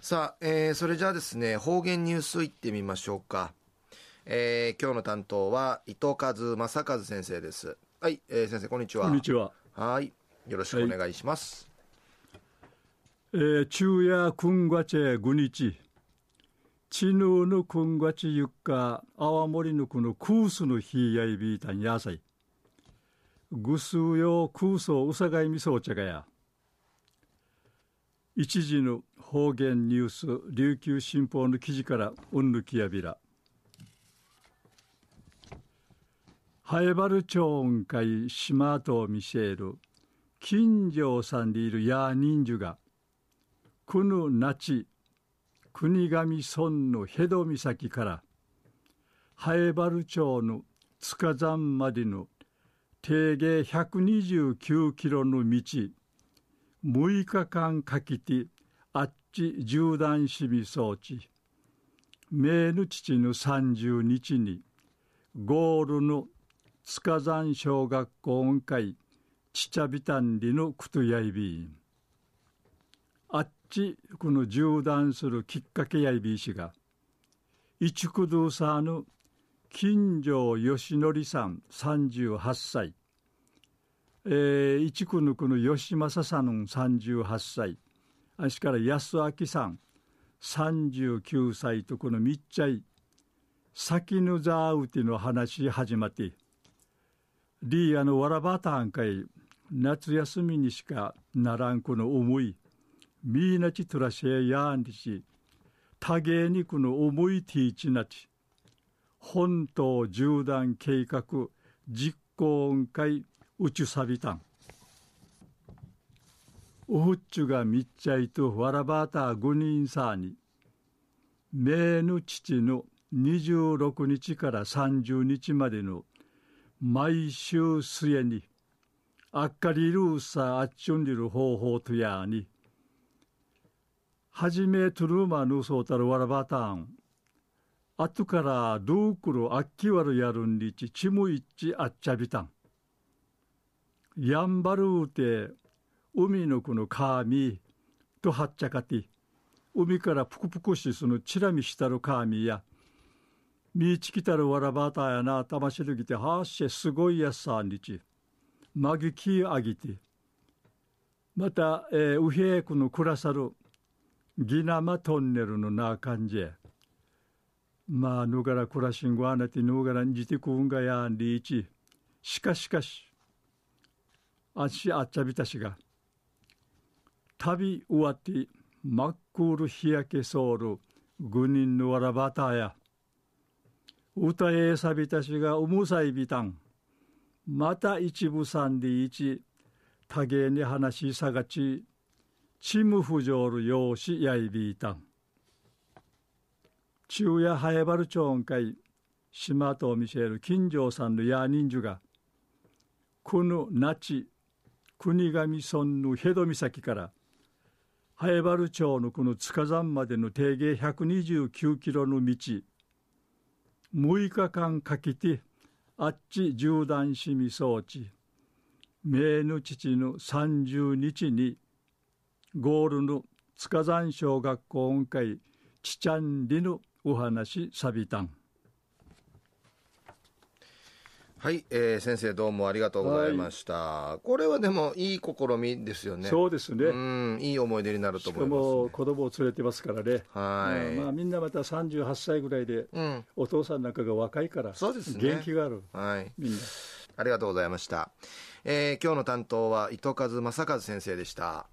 さあ、それじゃあですね、方言ニュースいってみましょうか。今日の担当は伊藤正和先生です。はい、先生こんにちは。 こんにちは。 はい、よろしくお願いします。 昼夜君がちぐにちちぬぬ君がちゆっか泡盛ぬくのクースのひやいびいたんやさいぐすうよクーソうさがいみそうちゃがや一時の方言ニュース琉球新報の記事からうんぬきやびらハエバル町んかい島と見せる金城さんでいるや人数がくぬなち国頭村のヘド岬からハエバル町の塚山までの定芸129キロの道6日間かけてあっち縦断しみそうち明の父の30日にゴールの塚山小学校音会ちちゃびたんりのくとやいびんあっちこの縦断するきっかけやいびいしが一区道さぬ金城義則さん38歳、一区のこの吉正さん38歳あしから安明さん39歳とこのみっちゃい先のざうての話始まってリーアのわらばたんかい夏休みにしかならんこの思いみーなちとらしえやんりし多芸にこの思いティーチなち本島縦断計画実行委員会宇宙サビタンおふっちゅがみっちゃいとわらばた5人さに明の父の26日から30日までの毎週末にあっかりるうさあっちゅんりる方法とやにはじめとるまぬそうたるわらばたんあとからどうくるあっきわるやるんりちちむいっちあっちゃびたんやんばるうて海のこのかみとはっちゃかて海からぷくぷくしそのちらみしたるかみやみちきたるわらばたやなたましるぎてはっしゃすごいやさんりちまぎきあぎてまた、うへくのくらさるギナマトンネルのな感じまあぬがら暮らしんごあなてぬがらんじてくんがやんりいちしかしあっしあっちゃびたしが旅終わって真っ黒日焼けそうるぐにんのわらばたや歌えさびたしがうむさいびたんまた一部さんでいち多芸に話しさがちちむふじょうるようしやいびいたん中夜ハエバル町んかい島と見せる金城さんのや人数がこの那智国頭村のヘド岬からハエバル町のこの塚山までの定芸129キロの道6日間かけてあっち縦断しみそうち明の父の30日にゴールの塚山小学校音会ちちゃんりのお話さびたんはい、先生どうもありがとうございました、はい、これはでもいい試みですよね。 そうですね。 いい思い出になると思います、ね、 しかも子供を連れてますからね。 はい、 まあ、みんなまた38歳ぐらいで、お父さんなんかが若いからそうですね、 元気がある、 はい、 みんなありがとうございました。今日の担当は伊藤正和先生でした。